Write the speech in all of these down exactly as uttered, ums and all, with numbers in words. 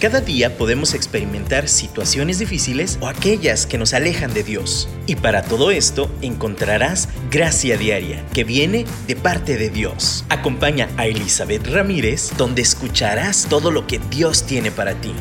Cada día podemos experimentar situaciones difíciles o aquellas que nos alejan de Dios. Y para todo esto encontrarás gracia diaria que viene de parte de Dios. Acompaña a Elizabeth Ramírez, donde escucharás todo lo que Dios tiene para ti.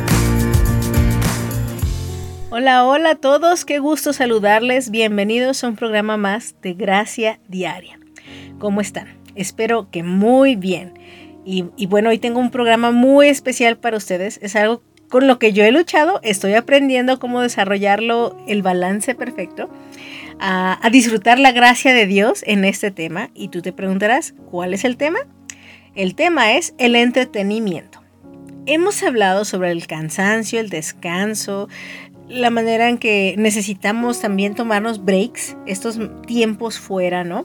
Hola, hola a todos, qué gusto saludarles. Bienvenidos a un programa más de Gracia Diaria. ¿Cómo están? Espero que muy bien. Y, y bueno, hoy tengo un programa muy especial para ustedes. Es algo con lo que yo he luchado. Estoy aprendiendo cómo desarrollarlo, el balance perfecto, a, a disfrutar la gracia de Dios en este tema. Y tú te preguntarás, ¿cuál es el tema? El tema es el entretenimiento. Hemos hablado sobre el cansancio, el descanso, la manera en que necesitamos también tomarnos breaks, estos tiempos fuera, ¿no?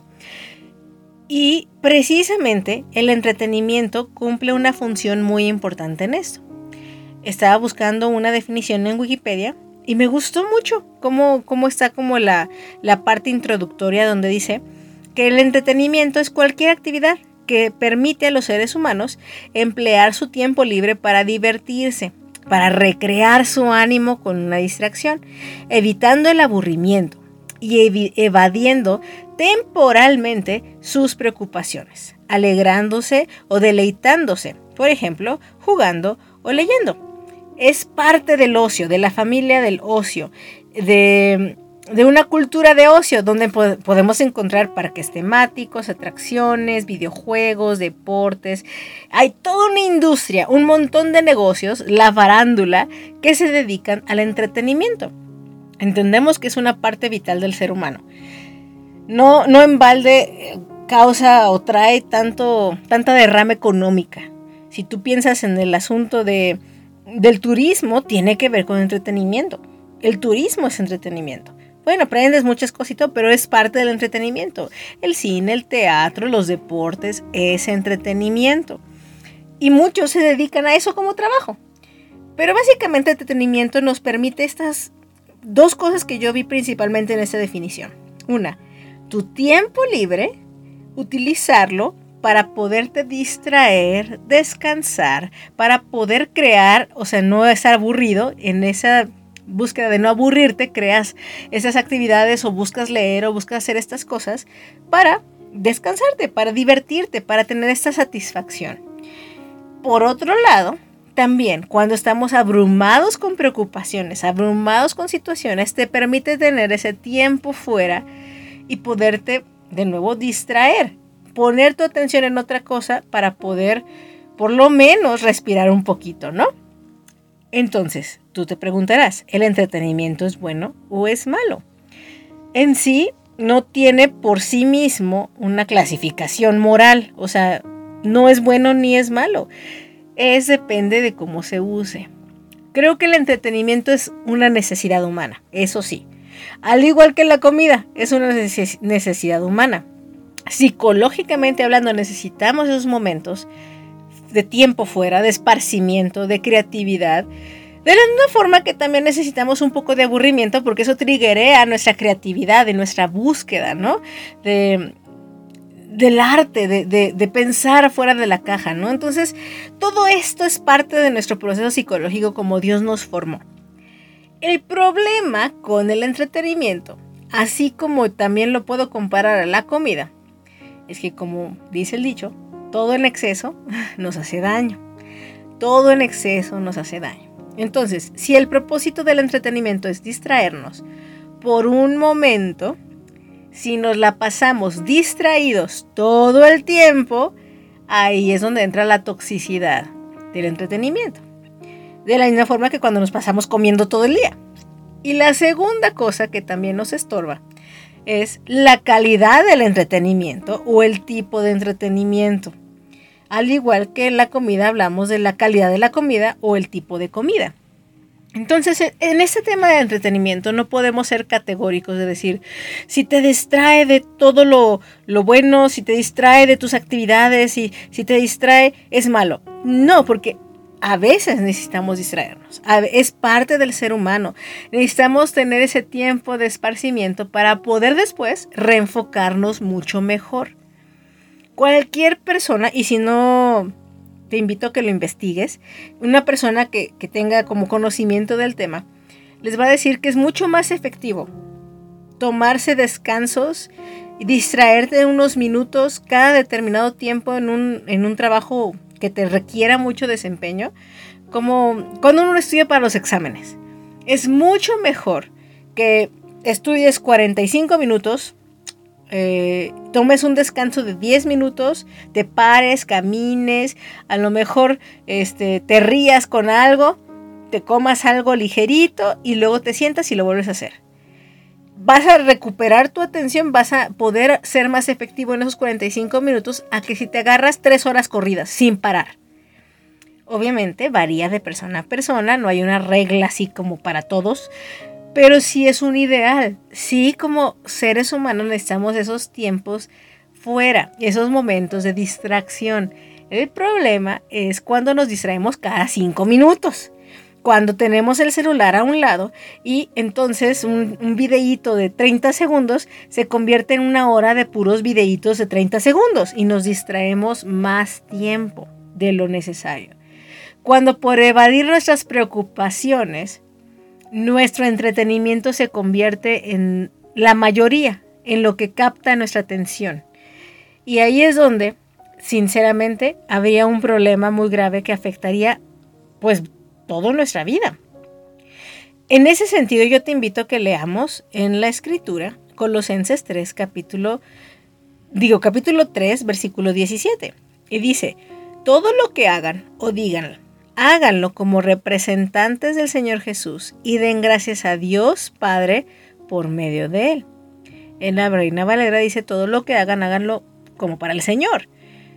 Y precisamente el entretenimiento cumple una función muy importante en esto. Estaba buscando una definición en Wikipedia y me gustó mucho cómo, cómo está como la, la parte introductoria donde dice que el entretenimiento es cualquier actividad que permite a los seres humanos emplear su tiempo libre para divertirse, para recrear su ánimo con una distracción, evitando el aburrimiento y ev- evadiendo temporalmente sus preocupaciones, alegrándose o deleitándose, por ejemplo, jugando o leyendo. Es parte del ocio, de la familia del ocio, de, de una cultura de ocio donde po- podemos encontrar parques temáticos, atracciones, videojuegos, deportes. Hay toda una industria, un montón de negocios, la farándula, que se dedican al entretenimiento. Entendemos que es una parte vital del ser humano. No, no en balde causa o trae tanto, tanta derrama económica. Si tú piensas en el asunto de, del turismo, tiene que ver con entretenimiento. El turismo es entretenimiento. Bueno, aprendes muchas cositas, pero es parte del entretenimiento. El cine, el teatro, los deportes, es entretenimiento. Y muchos se dedican a eso como trabajo. Pero básicamente el entretenimiento nos permite estas dos cosas que yo vi principalmente en esta definición. Una, tu tiempo libre, utilizarlo para poderte distraer, descansar, para poder crear, o sea, no estar aburrido en esa búsqueda de no aburrirte, creas esas actividades o buscas leer o buscas hacer estas cosas para descansarte, para divertirte, para tener esta satisfacción. Por otro lado, también cuando estamos abrumados con preocupaciones, abrumados con situaciones, te permite tener ese tiempo fuera y poderte de nuevo distraer, poner tu atención en otra cosa para poder por lo menos respirar un poquito, ¿no? Entonces, tú te preguntarás, ¿el entretenimiento es bueno o es malo? En sí, no tiene por sí mismo una clasificación moral, o sea, no es bueno ni es malo. Es depende de cómo se use. Creo que el entretenimiento es una necesidad humana, eso sí. Al igual que la comida, es una neces- necesidad humana. Psicológicamente hablando, necesitamos esos momentos de tiempo fuera, de esparcimiento, de creatividad. De la misma forma que también necesitamos un poco de aburrimiento, porque eso triggerea nuestra creatividad, de nuestra búsqueda, ¿no? De... del arte, de, de, de pensar fuera de la caja, ¿no? Entonces, todo esto es parte de nuestro proceso psicológico como Dios nos formó. El problema con el entretenimiento, así como también lo puedo comparar a la comida, es que como dice el dicho, todo en exceso nos hace daño. Todo en exceso nos hace daño. Entonces, si el propósito del entretenimiento es distraernos por un momento, si nos la pasamos distraídos todo el tiempo, ahí es donde entra la toxicidad del entretenimiento. De la misma forma que cuando nos pasamos comiendo todo el día. Y la segunda cosa que también nos estorba es la calidad del entretenimiento o el tipo de entretenimiento. Al igual que en la comida hablamos de la calidad de la comida o el tipo de comida. Entonces, en este tema de entretenimiento no podemos ser categóricos de decir, si te distrae de todo lo, lo bueno, si te distrae de tus actividades, si, si te distrae, es malo. No, porque a veces necesitamos distraernos. Es parte del ser humano. Necesitamos tener ese tiempo de esparcimiento para poder después reenfocarnos mucho mejor. Cualquier persona, y si no te invito a que lo investigues. Una persona que, que tenga como conocimiento del tema les va a decir que es mucho más efectivo tomarse descansos y distraerte unos minutos cada determinado tiempo en un, en un trabajo que te requiera mucho desempeño, como cuando uno estudia para los exámenes. Es mucho mejor que estudies cuarenta y cinco minutos, eh, tomes un descanso de diez minutos, te pares, camines, a lo mejor este, te rías con algo, te comas algo ligerito y luego te sientas y lo vuelves a hacer. Vas a recuperar tu atención, vas a poder ser más efectivo en esos cuarenta y cinco minutos a que si te agarras tres horas corridas sin parar. Obviamente varía de persona a persona, no hay una regla así como para todos, pero sí es un ideal. Sí, como seres humanos necesitamos esos tiempos fuera, esos momentos de distracción. El problema es cuando nos distraemos cada cinco minutos. Cuando tenemos el celular a un lado y entonces un, un videíto de treinta segundos se convierte en una hora de puros videitos de treinta segundos y nos distraemos más tiempo de lo necesario. Cuando por evadir nuestras preocupaciones, nuestro entretenimiento se convierte en la mayoría, en lo que capta nuestra atención. Y ahí es donde, sinceramente, habría un problema muy grave que afectaría, pues, toda nuestra vida. En ese sentido, yo te invito a que leamos en la Escritura Colosenses tres, capítulo, digo, capítulo tres, versículo diecisiete. Y dice, todo lo que hagan o digan, háganlo como representantes del Señor Jesús y den gracias a Dios Padre por medio de Él. En la Reina Valera dice, todo lo que hagan, háganlo como para el Señor,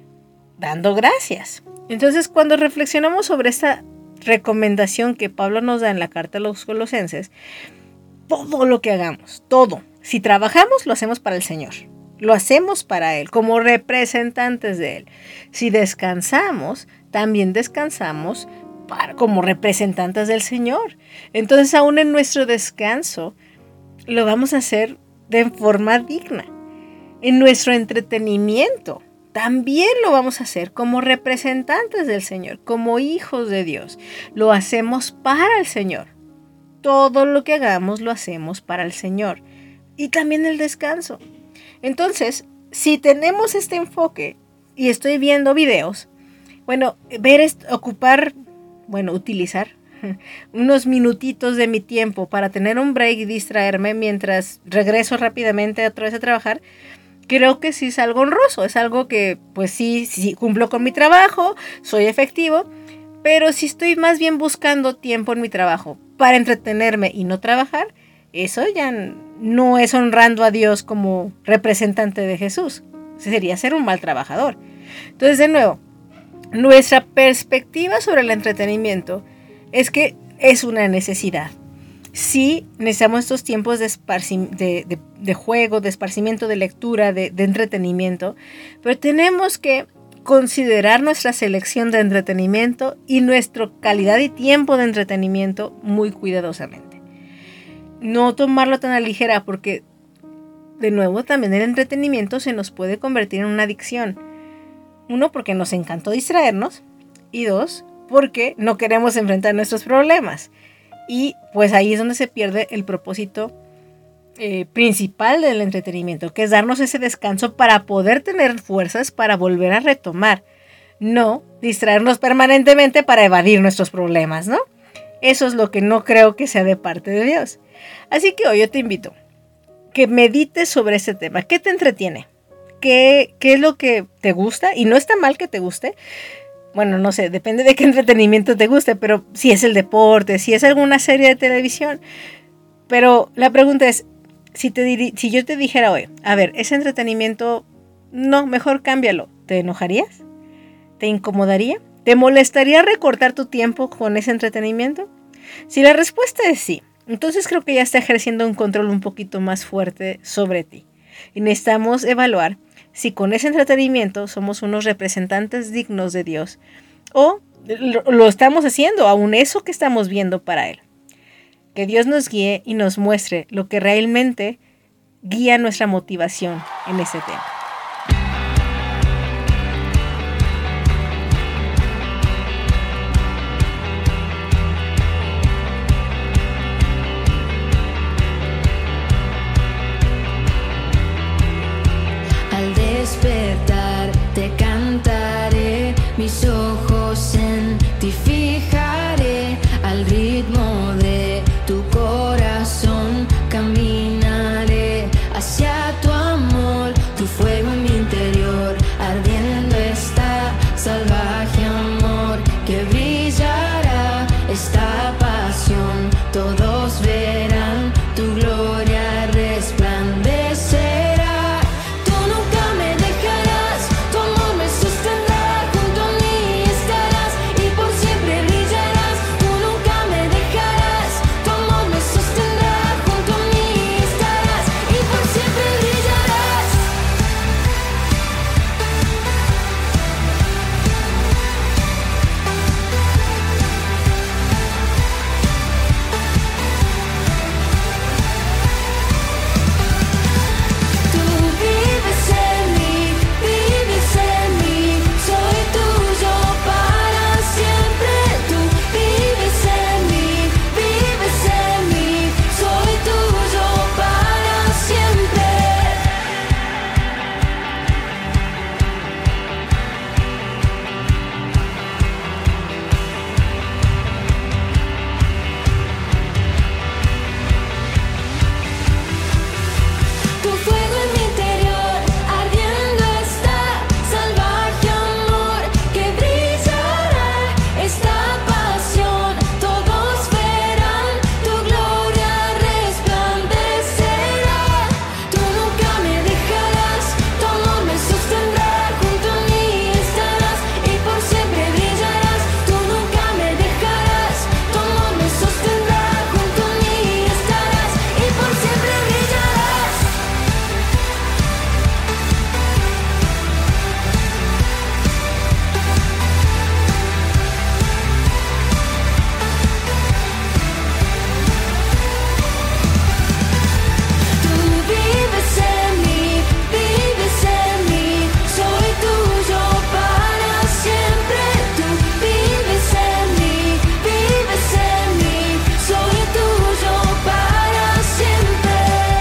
dando gracias. Entonces, cuando reflexionamos sobre esta recomendación que Pablo nos da en la carta a los Colosenses, todo lo que hagamos, todo, si trabajamos lo hacemos para el Señor, lo hacemos para Él, como representantes de Él. Si descansamos, también descansamos para, como representantes del Señor. Entonces, aún en nuestro descanso, lo vamos a hacer de forma digna. En nuestro entretenimiento, también lo vamos a hacer como representantes del Señor, como hijos de Dios. Lo hacemos para el Señor. Todo lo que hagamos lo hacemos para el Señor. Y también el descanso. Entonces, si tenemos este enfoque y estoy viendo videos, bueno, ver, ocupar, bueno, utilizar unos minutitos de mi tiempo para tener un break y distraerme mientras regreso rápidamente otra vez a trabajar, creo que sí es algo honroso, es algo que pues sí, sí cumplo con mi trabajo, soy efectivo, pero si estoy más bien buscando tiempo en mi trabajo para entretenerme y no trabajar, eso ya no es honrando a Dios como representante de Jesús, sería ser un mal trabajador. Entonces, de nuevo, nuestra perspectiva sobre el entretenimiento es que es una necesidad. Sí, necesitamos estos tiempos de, esparci- de, de, de juego, de esparcimiento, de lectura, de, de entretenimiento, pero tenemos que considerar nuestra selección de entretenimiento y nuestra calidad y tiempo de entretenimiento muy cuidadosamente. No tomarlo tan a ligera porque, de nuevo, también el entretenimiento se nos puede convertir en una adicción. Uno, porque nos encantó distraernos y dos, porque no queremos enfrentar nuestros problemas. Y pues ahí es donde se pierde el propósito eh, principal del entretenimiento, que es darnos ese descanso para poder tener fuerzas para volver a retomar, no distraernos permanentemente para evadir nuestros problemas, ¿no? Eso es lo que no creo que sea de parte de Dios. Así que hoy yo te invito que medites sobre este tema. ¿Qué te entretiene? ¿Qué, qué es lo que te gusta? Y no está mal que te guste. Bueno, no sé, depende de qué entretenimiento te guste, pero si es el deporte, si es alguna serie de televisión. Pero la pregunta es, si, te diri- si yo te dijera hoy, a ver, ese entretenimiento, no, mejor cámbialo, ¿te enojarías? ¿Te incomodaría? ¿Te molestaría recortar tu tiempo con ese entretenimiento? Si la respuesta es sí, entonces creo que ya está ejerciendo un control un poquito más fuerte sobre ti. Y necesitamos evaluar si con ese entretenimiento somos unos representantes dignos de Dios o lo, lo estamos haciendo, aún eso que estamos viendo para Él. Que Dios nos guíe y nos muestre lo que realmente guía nuestra motivación en este tema. despertar te cantaré, mis ojos en ti fijaré, al ritmo de tu corazón caminaré hacia tu amor, tu fuego en mi interior, ardiendo está salvaje amor que brillará esta pasión, todos verán tu gloria resplandecerá. Tú nunca me dejarás, tu amor me sostendrá, junto a mí estarás y por siempre brillarás. Tú nunca me dejarás, tu amor me sostendrá, junto a mí estarás y por siempre brillarás. Tú vives en mí, vives en mí, soy tuyo para siempre. Tú vives en mí, vives en mí, soy tuyo para siempre. Tu fuego en mi interior, ardiendo está, salvaje amor que brillará, esta pasión, todos verán, tu gloria resplandecerá. Tú nunca me dejarás, tu amor me sostendrá, junto a mí estarás y por siempre brillarás. Tú nunca me dejarás, tu amor me sostendrá, junto a mí estarás y por siempre brillarás. Tú vives en mí, vives en mí, soy tuyo para siempre. Tú vives en mí, vives en mí, soy tuyo para siempre.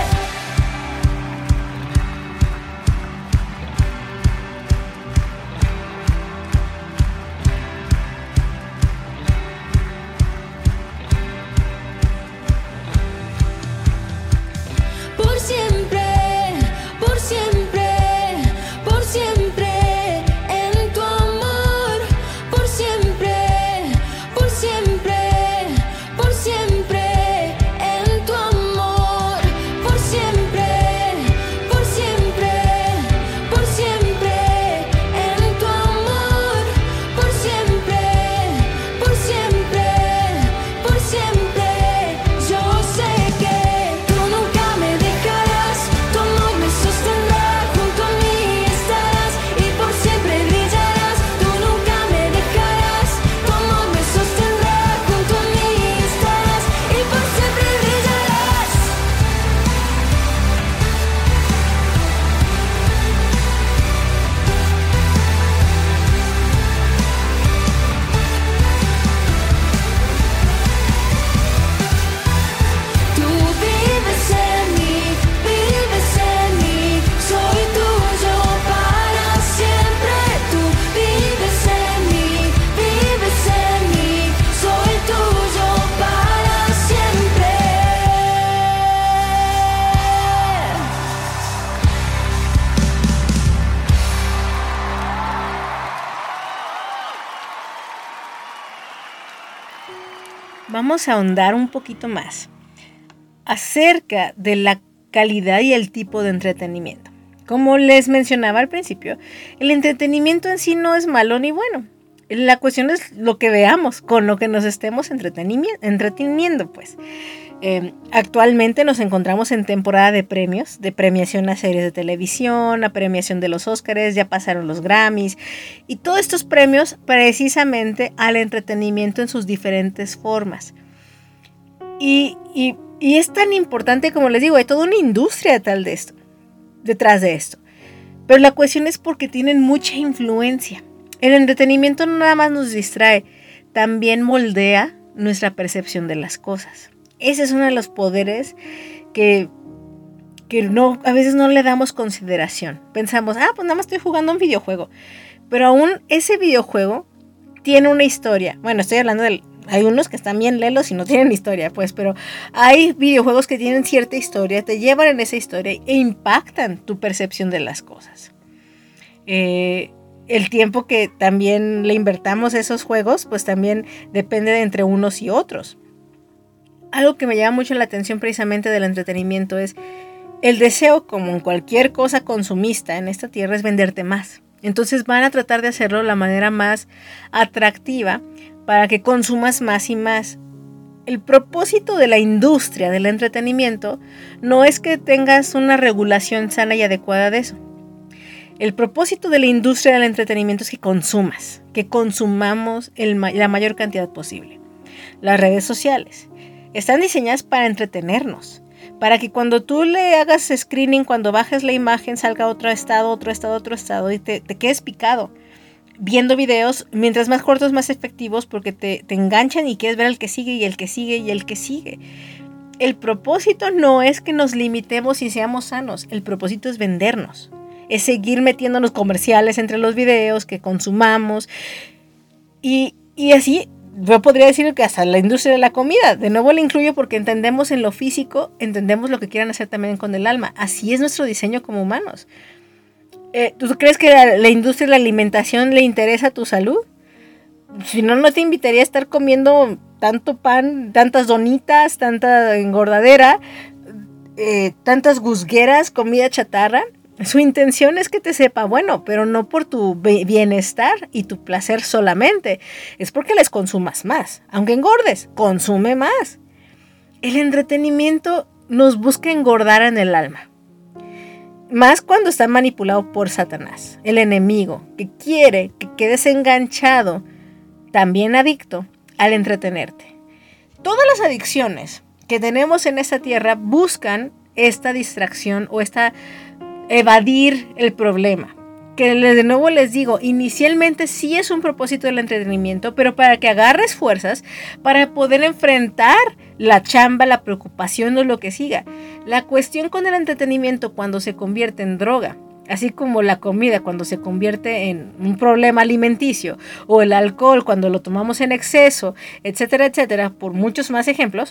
Por siempre, por siempre, por siempre, en tu amor, por siempre, por siempre, por siempre, en tu amor, por siempre, por siempre, por siempre, en tu amor, por siempre, por siempre, por siempre. Yo sé que tú nunca me dejarás, tu amor me sostendrá, junto a mí estarás y por siempre brillarás. Tú nunca me dejarás, tu amor me sostendrá, junto a mí estarás y por siempre brillarás. Tú vives en mí, vives en mí, soy tuyo para siempre. Tú vives en mí, vives en mí, soy tuyo para siempre. Vamos a ahondar un poquito más acerca de la calidad y el tipo de entretenimiento. Como les mencionaba al principio, el entretenimiento en sí no es malo ni bueno. La cuestión es lo que veamos, con lo que nos estemos entreteniendo, pues. Eh, actualmente nos encontramos en temporada de premios, de premiación a series de televisión, a premiación de los Óscares, ya pasaron los Grammys, y todos estos premios precisamente al entretenimiento en sus diferentes formas. Y, y, y es tan importante, como les digo, hay toda una industria tal de esto, detrás de esto. Pero la cuestión es porque tienen mucha influencia. El entretenimiento no nada más nos distrae, también moldea nuestra percepción de las cosas. Ese es uno de los poderes que que no, a veces no le damos consideración. Pensamos, ah, pues nada más estoy jugando un videojuego. Pero aún ese videojuego tiene una historia. Bueno, estoy hablando del... Hay unos que están bien lelos y no tienen historia, pues, pero hay videojuegos que tienen cierta historia, te llevan en esa historia e impactan tu percepción de las cosas. Eh, el tiempo que también le invertamos a esos juegos, pues también depende de entre unos y otros. Algo que me llama mucho la atención precisamente del entretenimiento es el deseo, como en cualquier cosa consumista en esta tierra, es venderte más. Entonces van a tratar de hacerlo de la manera más atractiva para que consumas más y más. El propósito de la industria del entretenimiento no es que tengas una regulación sana y adecuada de eso. El propósito de la industria del entretenimiento es que consumas, que consumamos el, la mayor cantidad posible. Las redes sociales están diseñadas para entretenernos, para que cuando tú le hagas screening, cuando bajes la imagen, salga otro estado, otro estado, otro estado y te, te quedes picado viendo videos, mientras más cortos, más efectivos, porque te, te enganchan y quieres ver el que sigue y el que sigue y el que sigue. El propósito no es que nos limitemos y seamos sanos, el propósito es vendernos, es seguir metiéndonos comerciales entre los videos que consumamos y, y así yo podría decir que hasta la industria de la comida, de nuevo la incluyo porque entendemos en lo físico, entendemos lo que quieran hacer también con el alma, así es nuestro diseño como humanos. Eh, ¿Tú crees que la, la industria de la alimentación le interesa tu salud? Si no, no te invitaría a estar comiendo tanto pan, tantas donitas, tanta engordadera, eh, tantas guzgueras, comida chatarra. Su intención es que te sepa bueno, pero no por tu bienestar y tu placer solamente. Es porque les consumas más. Aunque engordes, consume más. El entretenimiento nos busca engordar en el alma. Más cuando está manipulado por Satanás, el enemigo, que quiere que quedes enganchado, también adicto, al entretenerte. Todas las adicciones que tenemos en esta tierra buscan esta distracción o esta evadir el problema. Que de nuevo les digo, inicialmente sí es un propósito del entretenimiento, pero para que agarres fuerzas para poder enfrentar la chamba, la preocupación o lo que siga. La cuestión con el entretenimiento cuando se convierte en droga, así como la comida cuando se convierte en un problema alimenticio, o el alcohol cuando lo tomamos en exceso, etcétera, etcétera, por muchos más ejemplos,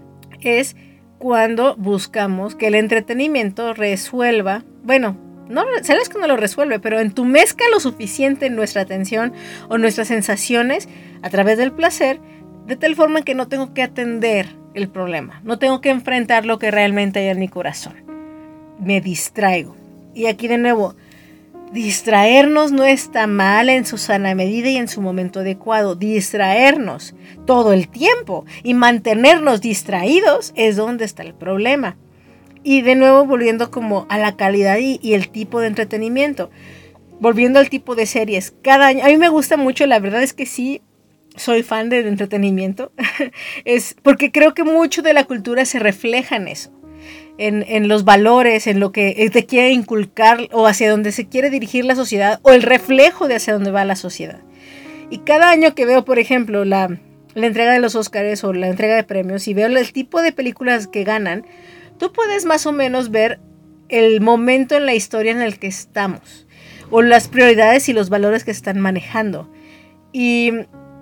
es cuando buscamos que el entretenimiento resuelva, bueno, no, sabes que no lo resuelve, pero entumezca lo suficiente en nuestra atención o nuestras sensaciones a través del placer, de tal forma que no tengo que atender el problema, no tengo que enfrentar lo que realmente hay en mi corazón. Me distraigo. Y aquí de nuevo, distraernos no está mal en su sana medida y en su momento adecuado. Distraernos todo el tiempo y mantenernos distraídos es donde está el problema. Y de nuevo volviendo como a la calidad y, y el tipo de entretenimiento. Volviendo al tipo de series. Cada año, a mí me gusta mucho, la verdad es que sí, soy fan de entretenimiento. Es porque creo que mucho de la cultura se refleja en eso. En, en los valores, en lo que te quiere inculcar o hacia dónde se quiere dirigir la sociedad o el reflejo de hacia dónde va la sociedad. Y cada año que veo, por ejemplo, la, la entrega de los Óscares o la entrega de premios y veo el tipo de películas que ganan, tú puedes más o menos ver el momento en la historia en el que estamos o las prioridades y los valores que están manejando. Y,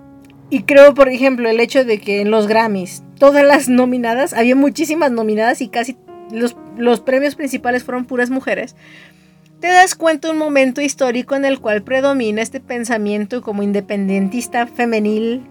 y creo, por ejemplo, el hecho de que en los Grammys, todas las nominadas, había muchísimas nominadas y casi los, los premios principales fueron puras mujeres, te das cuenta de un momento histórico en el cual predomina este pensamiento como independentista femenil,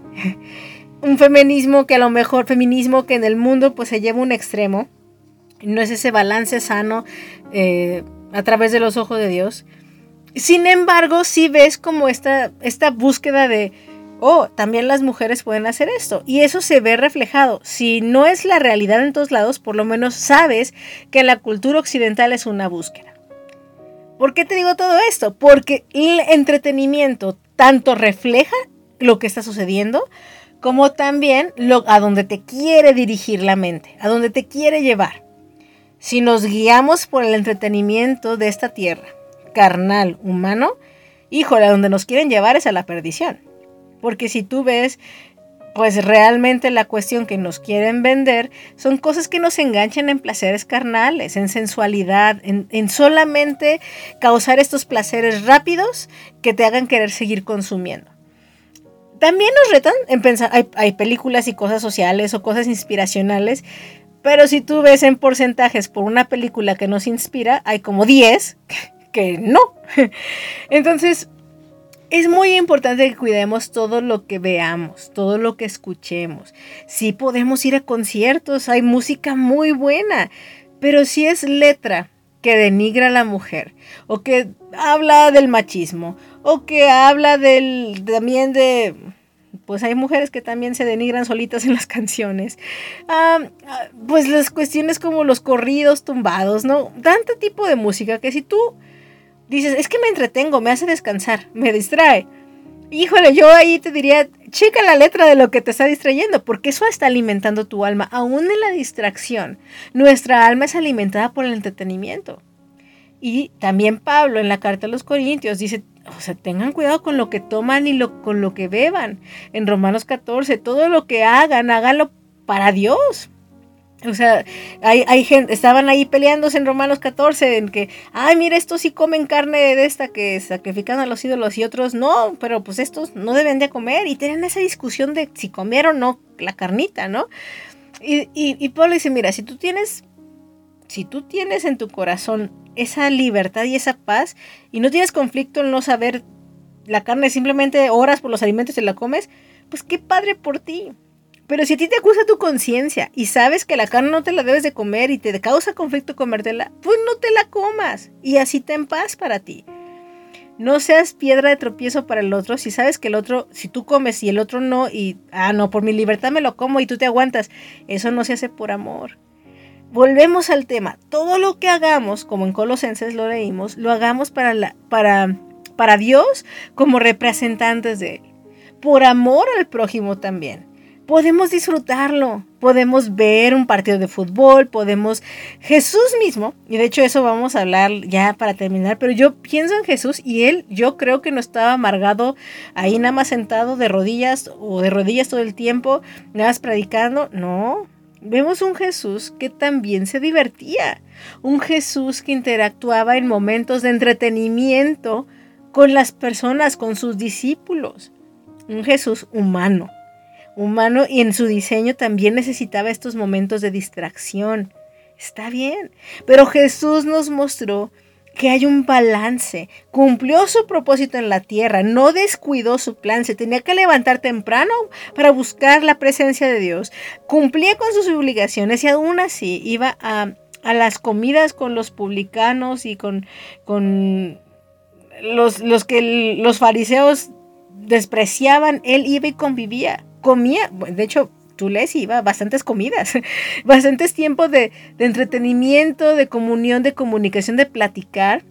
un feminismo que a lo mejor, feminismo que en el mundo pues se lleva un extremo. No es ese balance sano eh, a través de los ojos de Dios. Sin embargo, sí ves como esta, esta búsqueda de, oh, también las mujeres pueden hacer esto. Y eso se ve reflejado. Si no es la realidad en todos lados, por lo menos sabes que la cultura occidental es una búsqueda. ¿Por qué te digo todo esto? Porque el entretenimiento tanto refleja lo que está sucediendo, como también lo, a donde te quiere dirigir la mente, a donde te quiere llevar. Si nos guiamos por el entretenimiento de esta tierra, carnal, humano, híjole, a donde nos quieren llevar es a la perdición. Porque si tú ves pues realmente la cuestión que nos quieren vender son cosas que nos enganchan en placeres carnales, en sensualidad, en, en solamente causar estos placeres rápidos que te hagan querer seguir consumiendo. También nos retan en pensar, hay, hay películas y cosas sociales o cosas inspiracionales, pero si tú ves en porcentajes por una película que nos inspira, hay como diez que no. Entonces, es muy importante que cuidemos todo lo que veamos, todo lo que escuchemos. Sí podemos ir a conciertos, hay música muy buena, pero si es letra que denigra a la mujer, o que habla del machismo, o que habla del también de... pues hay mujeres que también se denigran solitas en las canciones. Ah, pues las cuestiones como los corridos tumbados, ¿no? Tanto tipo de música que si tú dices, es que me entretengo, me hace descansar, me distrae. Híjole, yo ahí te diría, checa la letra de lo que te está distrayendo, porque eso está alimentando tu alma. Aún en la distracción, nuestra alma es alimentada por el entretenimiento. Y también Pablo en la carta a los Corintios dice, o sea, tengan cuidado con lo que toman y lo, con lo que beban. En Romanos catorce, todo lo que hagan, háganlo para Dios. O sea, hay, hay gente, estaban ahí peleándose en Romanos catorce, en que, ay, mira, estos sí comen carne de esta que sacrifican a los ídolos y otros no, pero pues estos no deben de comer. Y tenían esa discusión de si comieron o no la carnita, ¿no? Y, y, y Pablo dice, mira, si tú tienes, si tú tienes en tu corazón esa libertad y esa paz, y no tienes conflicto en no saber la carne, simplemente oras por los alimentos y la comes, pues qué padre por ti. Pero si a ti te acusa tu conciencia y sabes que la carne no te la debes de comer y te causa conflicto comértela, pues no te la comas y así ten paz para ti. No seas piedra de tropiezo para el otro. Si sabes que el otro, si tú comes y el otro no, y, ah, no, por mi libertad me lo como y tú te aguantas, eso no se hace por amor. Volvemos al tema. Todo lo que hagamos, como en Colosenses lo leímos, lo hagamos para, la, para, para Dios como representantes de Él. Por amor al prójimo también. Podemos disfrutarlo, podemos ver un partido de fútbol, podemos... Jesús mismo, y de hecho eso vamos a hablar ya para terminar, pero yo pienso en Jesús y Él, yo creo que no estaba amargado ahí nada más sentado de rodillas o de rodillas todo el tiempo, nada más predicando, no. Vemos un Jesús que también se divertía, un Jesús que interactuaba en momentos de entretenimiento con las personas, con sus discípulos, un Jesús humano. humano y en su diseño también necesitaba estos momentos de distracción. Está bien, pero Jesús nos mostró que hay un balance. Cumplió su propósito en la tierra, no descuidó su plan, se tenía que levantar temprano para buscar la presencia de Dios. Cumplía con sus obligaciones y aún así iba a, a las comidas con los publicanos y con, con los, los que los fariseos despreciaban. Él iba y convivía. Comía, de hecho, tú lees y iba bastantes comidas, bastantes tiempos de, de entretenimiento, de comunión, de comunicación, de platicar.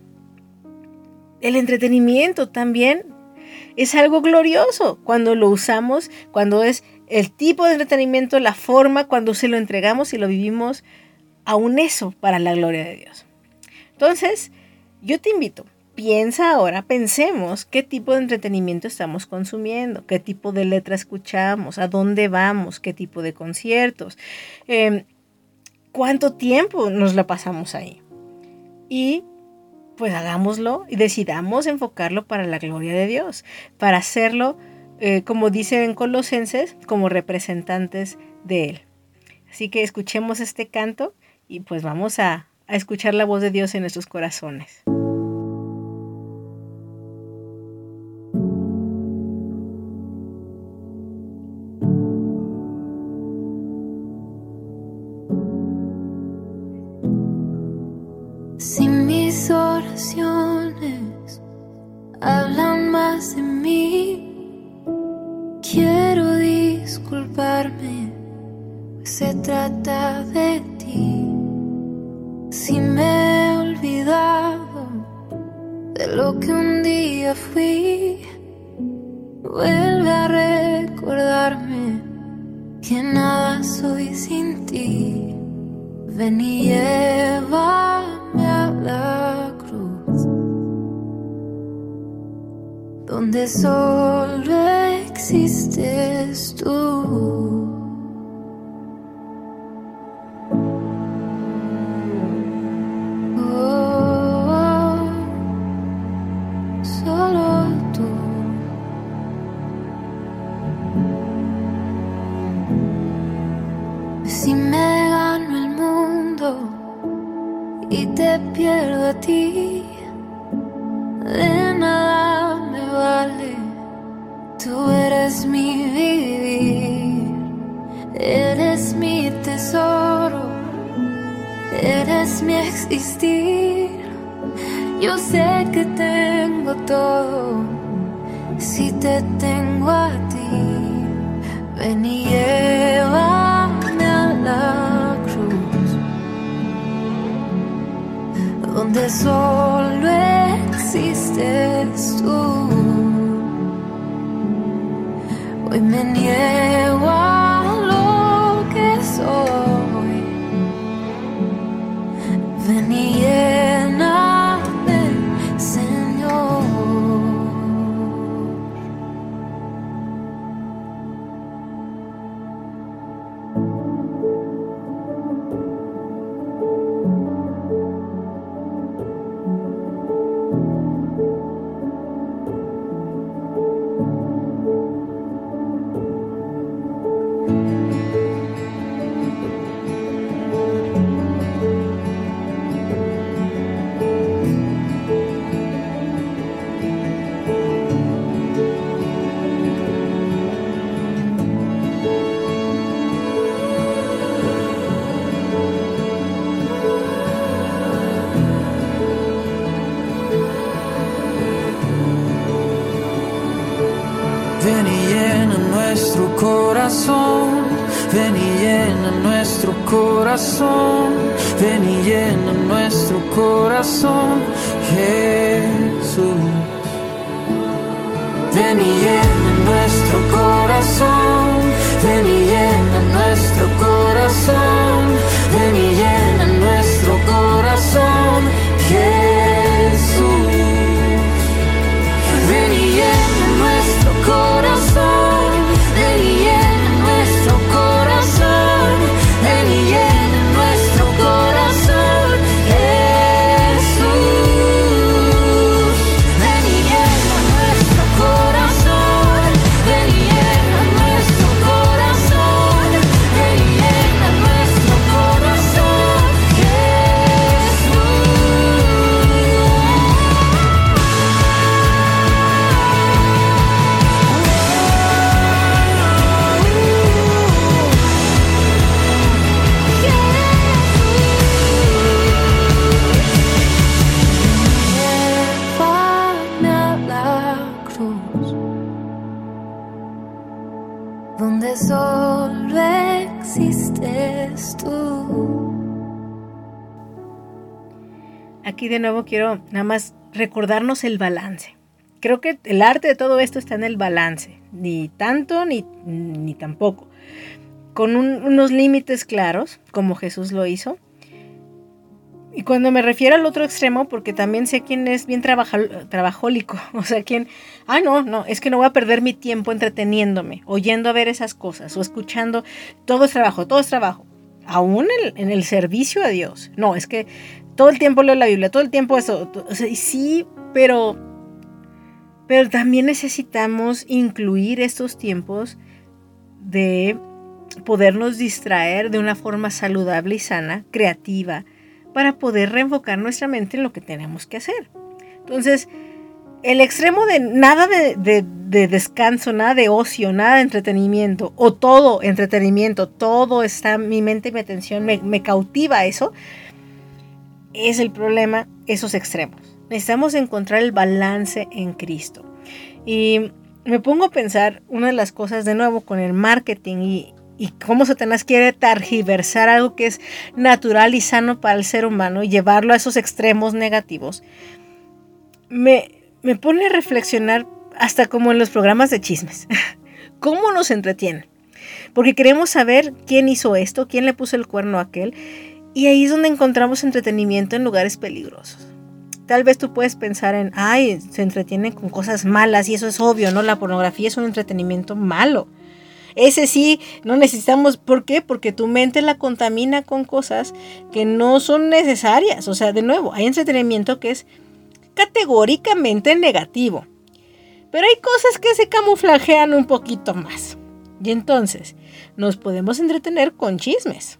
El entretenimiento también es algo glorioso cuando lo usamos, cuando es el tipo de entretenimiento, la forma, cuando se lo entregamos y lo vivimos, aún eso para la gloria de Dios. Entonces, yo te invito. Piensa ahora, pensemos qué tipo de entretenimiento estamos consumiendo, qué tipo de letra escuchamos, a dónde vamos, qué tipo de conciertos, eh, cuánto tiempo nos la pasamos ahí. Y pues hagámoslo y decidamos enfocarlo para la gloria de Dios, para hacerlo, eh, como dice en Colosenses, como representantes de Él. Así que escuchemos este canto y pues vamos a, a escuchar la voz de Dios en nuestros corazones. Si mis oraciones hablan más de mí, quiero disculparme, pues se trata de ti. Si me he olvidado de lo que un día fui, vuelve a recordarme que nada soy sin ti. Ven y llévame a la cruz, donde solo existes tú. Si me gano el mundo y te pierdo a ti, de nada me vale. Tú eres mi vivir, eres mi tesoro, eres mi existir. Yo sé que tengo todo si te tengo a ti. Ven y llévame a la cruz, donde solo existes tú. Hoy me niego a lo que soy. Ven y lléname, Señor. Ven y llena nuestro corazón, ven y llena nuestro corazón, ven y llena nuestro corazón, Jesús. Ven y llena nuestro corazón, ven y llena nuestro corazón, ven y llena nuestro corazón, Jesús. Ven y llena nuestro corazón, ven y llena nuestro corazón, ven y llena nuestro corazón, Jesús. Ven y llena nuestro corazón, ven y llena nuestro corazón, ven y llena nuestro corazón, Jesús. Llévame a la cruz, donde solo existes tú. Aquí de nuevo quiero nada más recordarnos el balance. Creo que el arte de todo esto está en el balance, ni tanto ni, ni tampoco, con un- unos límites claros, como Jesús lo hizo. Y cuando me refiero al otro extremo, porque también sé quién es bien trabaja- trabajólico, o sea, quién, ah, no, no, es que no voy a perder mi tiempo entreteniéndome, oyendo a ver esas cosas, o escuchando, todo es trabajo, todo es trabajo, aún en, en el servicio a Dios. No, es que todo el tiempo leo la Biblia, todo el tiempo eso, to- o sea, y sí, pero, pero también necesitamos incluir estos tiempos de podernos distraer de una forma saludable y sana, creativa, para poder reenfocar nuestra mente en lo que tenemos que hacer. Entonces, el extremo de nada de, de- de descanso, nada de ocio, nada de entretenimiento, o todo entretenimiento, todo está, mi mente y mi atención, me, me cautiva eso, es el problema, esos extremos. Necesitamos encontrar el balance en Cristo. Y me pongo a pensar una de las cosas de nuevo con el marketing y, y cómo Satanás quiere targiversar algo que es natural y sano para el ser humano y llevarlo a esos extremos negativos. Me, me pone a reflexionar hasta como en los programas de chismes. ¿Cómo nos entretienen? Porque queremos saber quién hizo esto, quién le puso el cuerno a aquel. Y ahí es donde encontramos entretenimiento en lugares peligrosos. tal vez tú puedes pensar en, ay, se entretienen con cosas malas y eso es obvio, ¿no? La pornografía es un entretenimiento malo. Ese sí, no necesitamos, ¿por qué? Porque tu mente la contamina con cosas que no son necesarias. O sea, de nuevo, hay entretenimiento que es categóricamente negativo. Pero hay cosas que se camuflajean un poquito más. Y entonces, nos podemos entretener con chismes.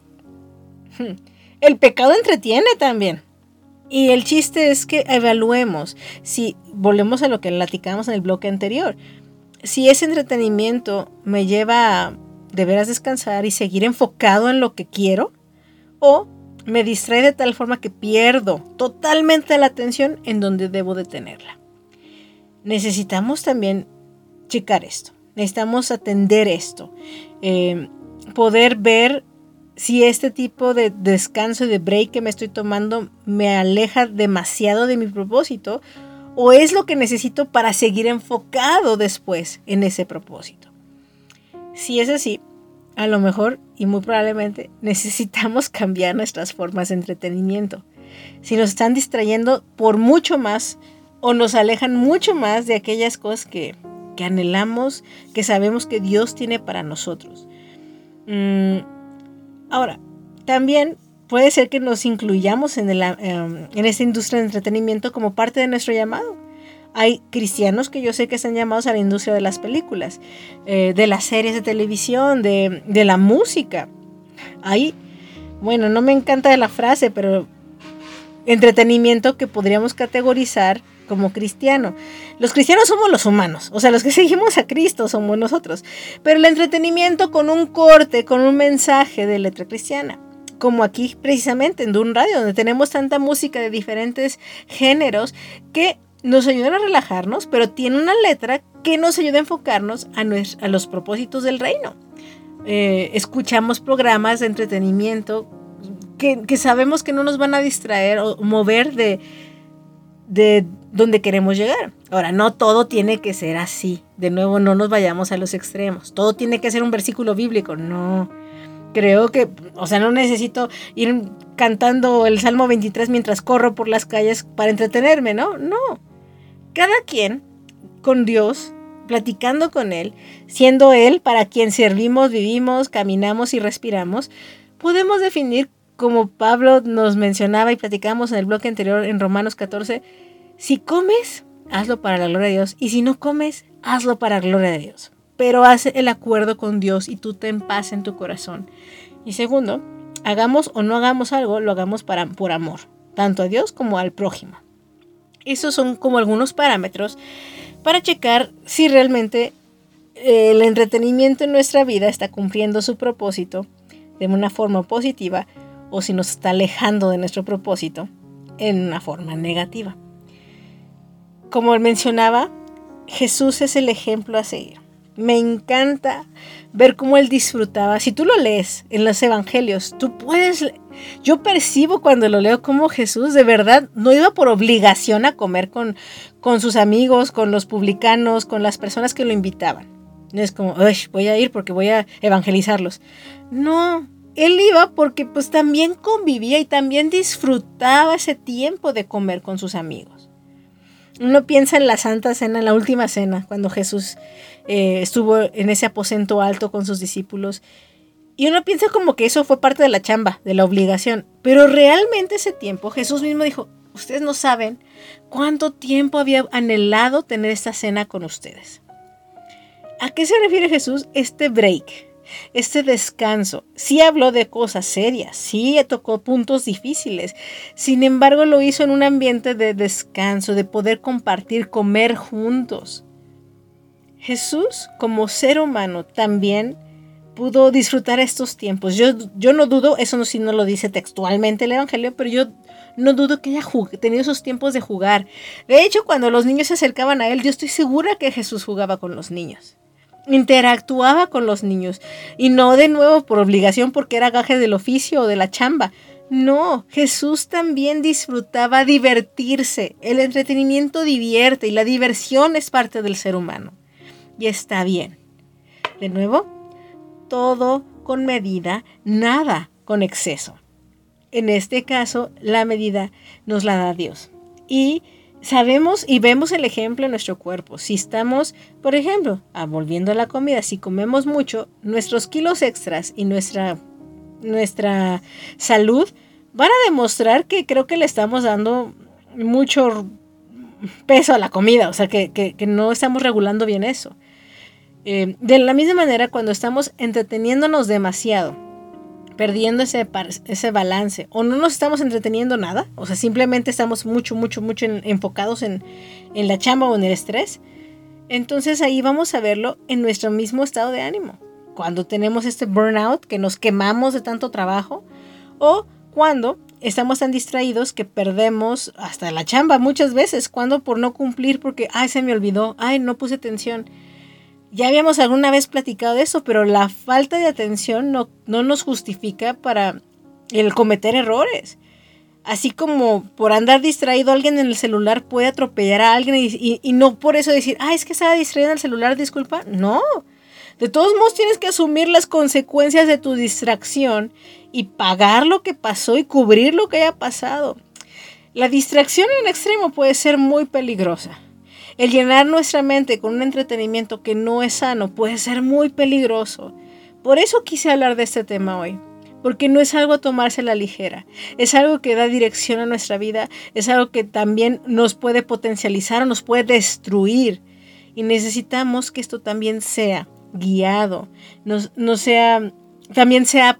El pecado entretiene también. Y el chiste es que evaluemos, si volvemos a lo que platicamos en el bloque anterior, si ese entretenimiento me lleva a de veras descansar y seguir enfocado en lo que quiero, o me distrae de tal forma que pierdo totalmente la atención en donde debo de tenerla. Necesitamos también checar esto, necesitamos atender esto, eh, poder ver si este tipo de descanso y de break que me estoy tomando me aleja demasiado de mi propósito, o es lo que necesito para seguir enfocado después en ese propósito. Si es así, a lo mejor y muy probablemente necesitamos cambiar nuestras formas de entretenimiento. Si nos están distrayendo por mucho más o nos alejan mucho más de aquellas cosas que, que anhelamos, que sabemos que Dios tiene para nosotros. Mm, ahora, también puede ser que nos incluyamos en, el, um, en esta industria de entretenimiento como parte de nuestro llamado. Hay cristianos que yo sé que están llamados a la industria de las películas, eh, de las series de televisión, de, de la música. Hay, bueno, no me encanta la frase, pero entretenimiento que podríamos categorizar como cristiano. Los cristianos somos los humanos, o sea, los que seguimos a Cristo somos nosotros. Pero el entretenimiento con un corte, con un mensaje de letra cristiana. Como aquí precisamente en Dun Radio, donde tenemos tanta música de diferentes géneros que nos ayudan a relajarnos, pero tiene una letra que nos ayuda a enfocarnos a, nuestro, a los propósitos del reino. Eh, escuchamos programas de entretenimiento que, que sabemos que no nos van a distraer o mover de, de donde queremos llegar. Ahora, no todo tiene que ser así. De nuevo, no nos vayamos a los extremos. Todo tiene que ser un versículo bíblico. No. Creo que, o sea, no necesito ir cantando el Salmo veintitrés mientras corro por las calles para entretenerme, ¿no? No. Cada quien con Dios, platicando con Él, siendo Él para quien servimos, vivimos, caminamos y respiramos, podemos definir, como Pablo nos mencionaba y platicamos en el bloque anterior en Romanos catorce, si comes, hazlo para la gloria de Dios, y si no comes, hazlo para la gloria de Dios. Pero haz el acuerdo con Dios y tú ten paz en tu corazón. Y segundo, hagamos o no hagamos algo, lo hagamos para, por amor, tanto a Dios como al prójimo. Esos son como algunos parámetros para checar si realmente eh, el entretenimiento en nuestra vida está cumpliendo su propósito de una forma positiva o si nos está alejando de nuestro propósito en una forma negativa. Como mencionaba, Jesús es el ejemplo a seguir. Me encanta ver cómo él disfrutaba. Si tú lo lees en los evangelios, tú puedes... Yo percibo cuando lo leo cómo Jesús de verdad no iba por obligación a comer con, con sus amigos, con los publicanos, con las personas que lo invitaban. No es como, voy a ir porque voy a evangelizarlos. No, él iba porque pues también convivía y también disfrutaba ese tiempo de comer con sus amigos. Uno piensa en la Santa Cena, en la última cena, cuando Jesús eh, estuvo en ese aposento alto con sus discípulos. Y uno piensa como que eso fue parte de la chamba, de la obligación. Pero realmente ese tiempo, Jesús mismo dijo, ustedes no saben cuánto tiempo había anhelado tener esta cena con ustedes. ¿A qué se refiere Jesús? Este break, este descanso. Sí habló de cosas serias, sí tocó puntos difíciles. Sin embargo, lo hizo en un ambiente de descanso, de poder compartir, comer juntos. Jesús, como ser humano, también pudo disfrutar estos tiempos. Yo, yo no dudo, eso no, sí no lo dice textualmente el Evangelio, pero yo no dudo que haya jug- tenido esos tiempos de jugar. De hecho, cuando los niños se acercaban a él, yo estoy segura que Jesús jugaba con los niños. Interactuaba con los niños. Y no de nuevo por obligación porque era gaje del oficio o de la chamba. No, Jesús también disfrutaba divertirse. El entretenimiento divierte y la diversión es parte del ser humano. Y está bien. De nuevo, todo con medida, nada con exceso. En este caso, la medida nos la da Dios. Y sabemos y vemos el ejemplo en nuestro cuerpo. Si estamos, por ejemplo, ah, volviendo a la comida, si comemos mucho, nuestros kilos extras y nuestra, nuestra salud van a demostrar que creo que le estamos dando mucho peso a la comida, o sea, que, que, que no estamos regulando bien eso. Eh, de la misma manera, cuando estamos entreteniéndonos demasiado, perdiendo ese, ese balance, o no nos estamos entreteniendo nada, o sea, simplemente estamos mucho, mucho, mucho en, enfocados en, en la chamba o en el estrés, entonces ahí vamos a verlo en nuestro mismo estado de ánimo. Cuando tenemos este burnout, que nos quemamos de tanto trabajo, o cuando estamos tan distraídos que perdemos hasta la chamba muchas veces, cuando por no cumplir, porque, ay, se me olvidó, ay, no puse atención. Ya habíamos alguna vez platicado de eso, pero la falta de atención no, no nos justifica para el cometer errores. Así como por andar distraído alguien en el celular puede atropellar a alguien y, y, y no por eso decir, ah, es que estaba distraído en el celular, disculpa. No, de todos modos tienes que asumir las consecuencias de tu distracción y pagar lo que pasó y cubrir lo que haya pasado. La distracción en extremo puede ser muy peligrosa. El llenar nuestra mente con un entretenimiento que no es sano puede ser muy peligroso. Por eso quise hablar de este tema hoy, porque no es algo a tomarse a la ligera. Es algo que da dirección a nuestra vida, es algo que también nos puede potencializar o nos puede destruir. Y necesitamos que esto también sea guiado, no, no sea, también sea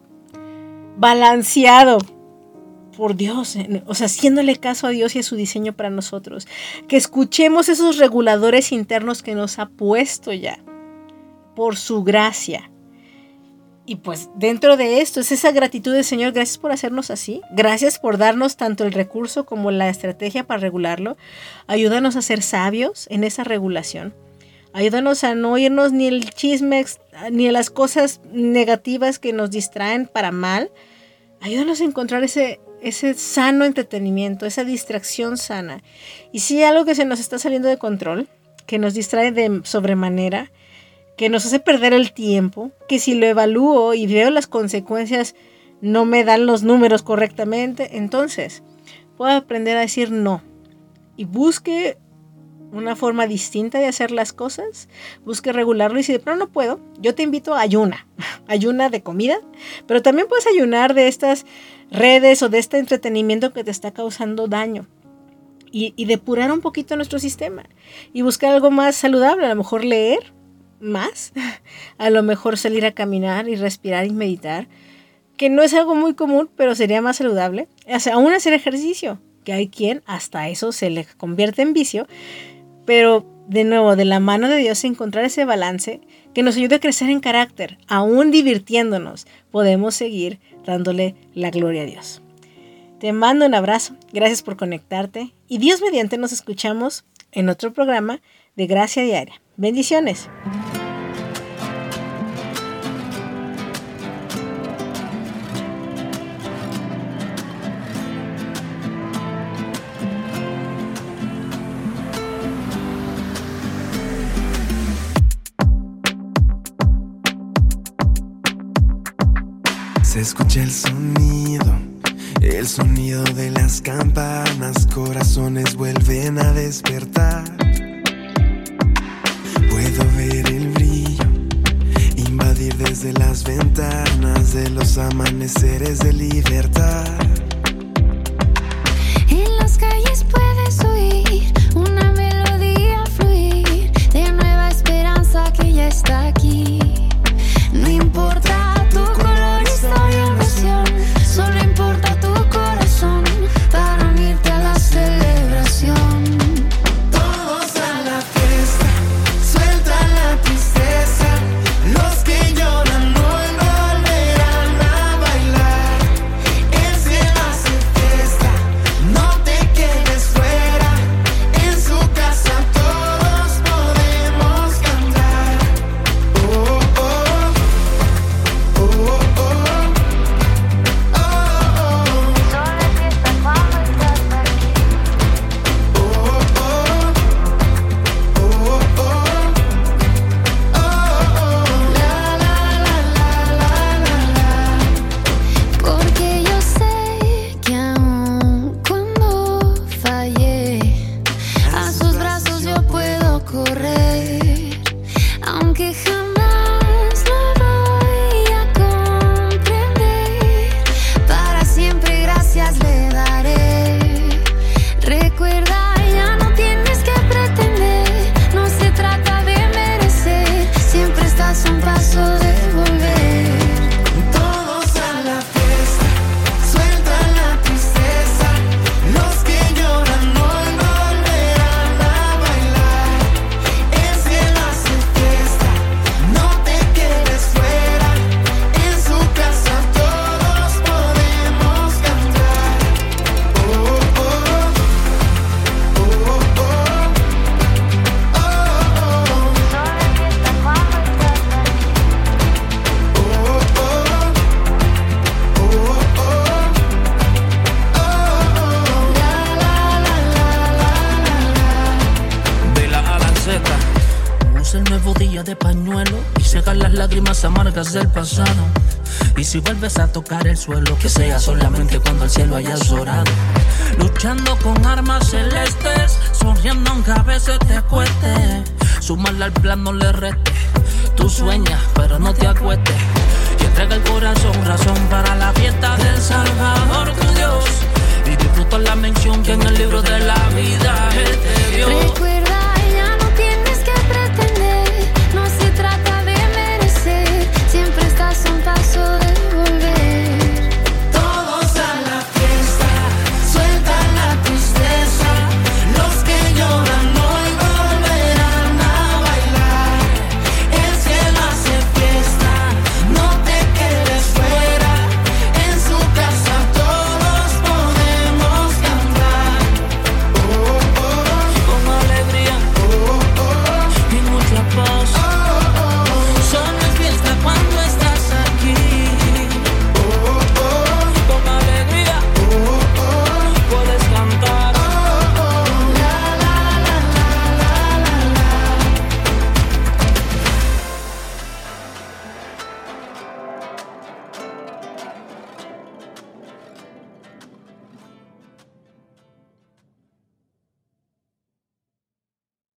balanceado por Dios, o sea, haciéndole caso a Dios y a su diseño para nosotros. Que escuchemos esos reguladores internos que nos ha puesto ya por su gracia. Y pues dentro de esto es esa gratitud del Señor. Gracias por hacernos así. Gracias por darnos tanto el recurso como la estrategia para regularlo. Ayúdanos a ser sabios en esa regulación. Ayúdanos a no irnos ni el chisme ni a las cosas negativas que nos distraen para mal. Ayúdanos a encontrar ese ese sano entretenimiento, esa distracción sana. Y si hay algo que se nos está saliendo de control, que nos distrae de sobremanera, que nos hace perder el tiempo, que si lo evalúo y veo las consecuencias no me dan los números correctamente, entonces puedo aprender a decir no. Y busque una forma distinta de hacer las cosas, busque regularlo. Y si de pronto no puedo, yo te invito a ayuna, ayuna de comida, pero también puedes ayunar de estas redes o de este entretenimiento que te está causando daño y, y depurar un poquito nuestro sistema y buscar algo más saludable, a lo mejor leer más, a lo mejor salir a caminar y respirar y meditar, que no es algo muy común, pero sería más saludable, o sea, aún hacer ejercicio, que hay quien hasta eso se le convierte en vicio. Pero, de nuevo, de la mano de Dios, encontrar ese balance que nos ayude a crecer en carácter. Aún divirtiéndonos, podemos seguir dándole la gloria a Dios. Te mando un abrazo. Gracias por conectarte. Y Dios mediante nos escuchamos en otro programa de Gracia Diaria. Bendiciones. Se escucha el sonido, el sonido de las campanas, corazones vuelven a despertar. Puedo ver el brillo invadir desde las ventanas de los amaneceres de libertad. En las calles puedes oír una melodía fluir de nueva esperanza que ya está aquí. No importa tu color, historia o nación, solo importa tu corazón para unirte a la celebración. Todos a la fiesta, suelta la tristeza. Los que lloran hoy volverán a bailar. El cielo hace fiesta, no te quedes nuevo día de pañuelo y secar las lágrimas amargas del pasado. Y si vuelves a tocar el suelo, que sea solamente cuando al cielo hayas orado. Luchando con armas celestes, sonriendo aunque a veces te cueste. Sumarle al plan no le reste. Tú sueñas, pero no te acuestes. Y entrega el corazón, razón para la fiesta del Salvador, tu Dios. Y disfruta la mención que en el libro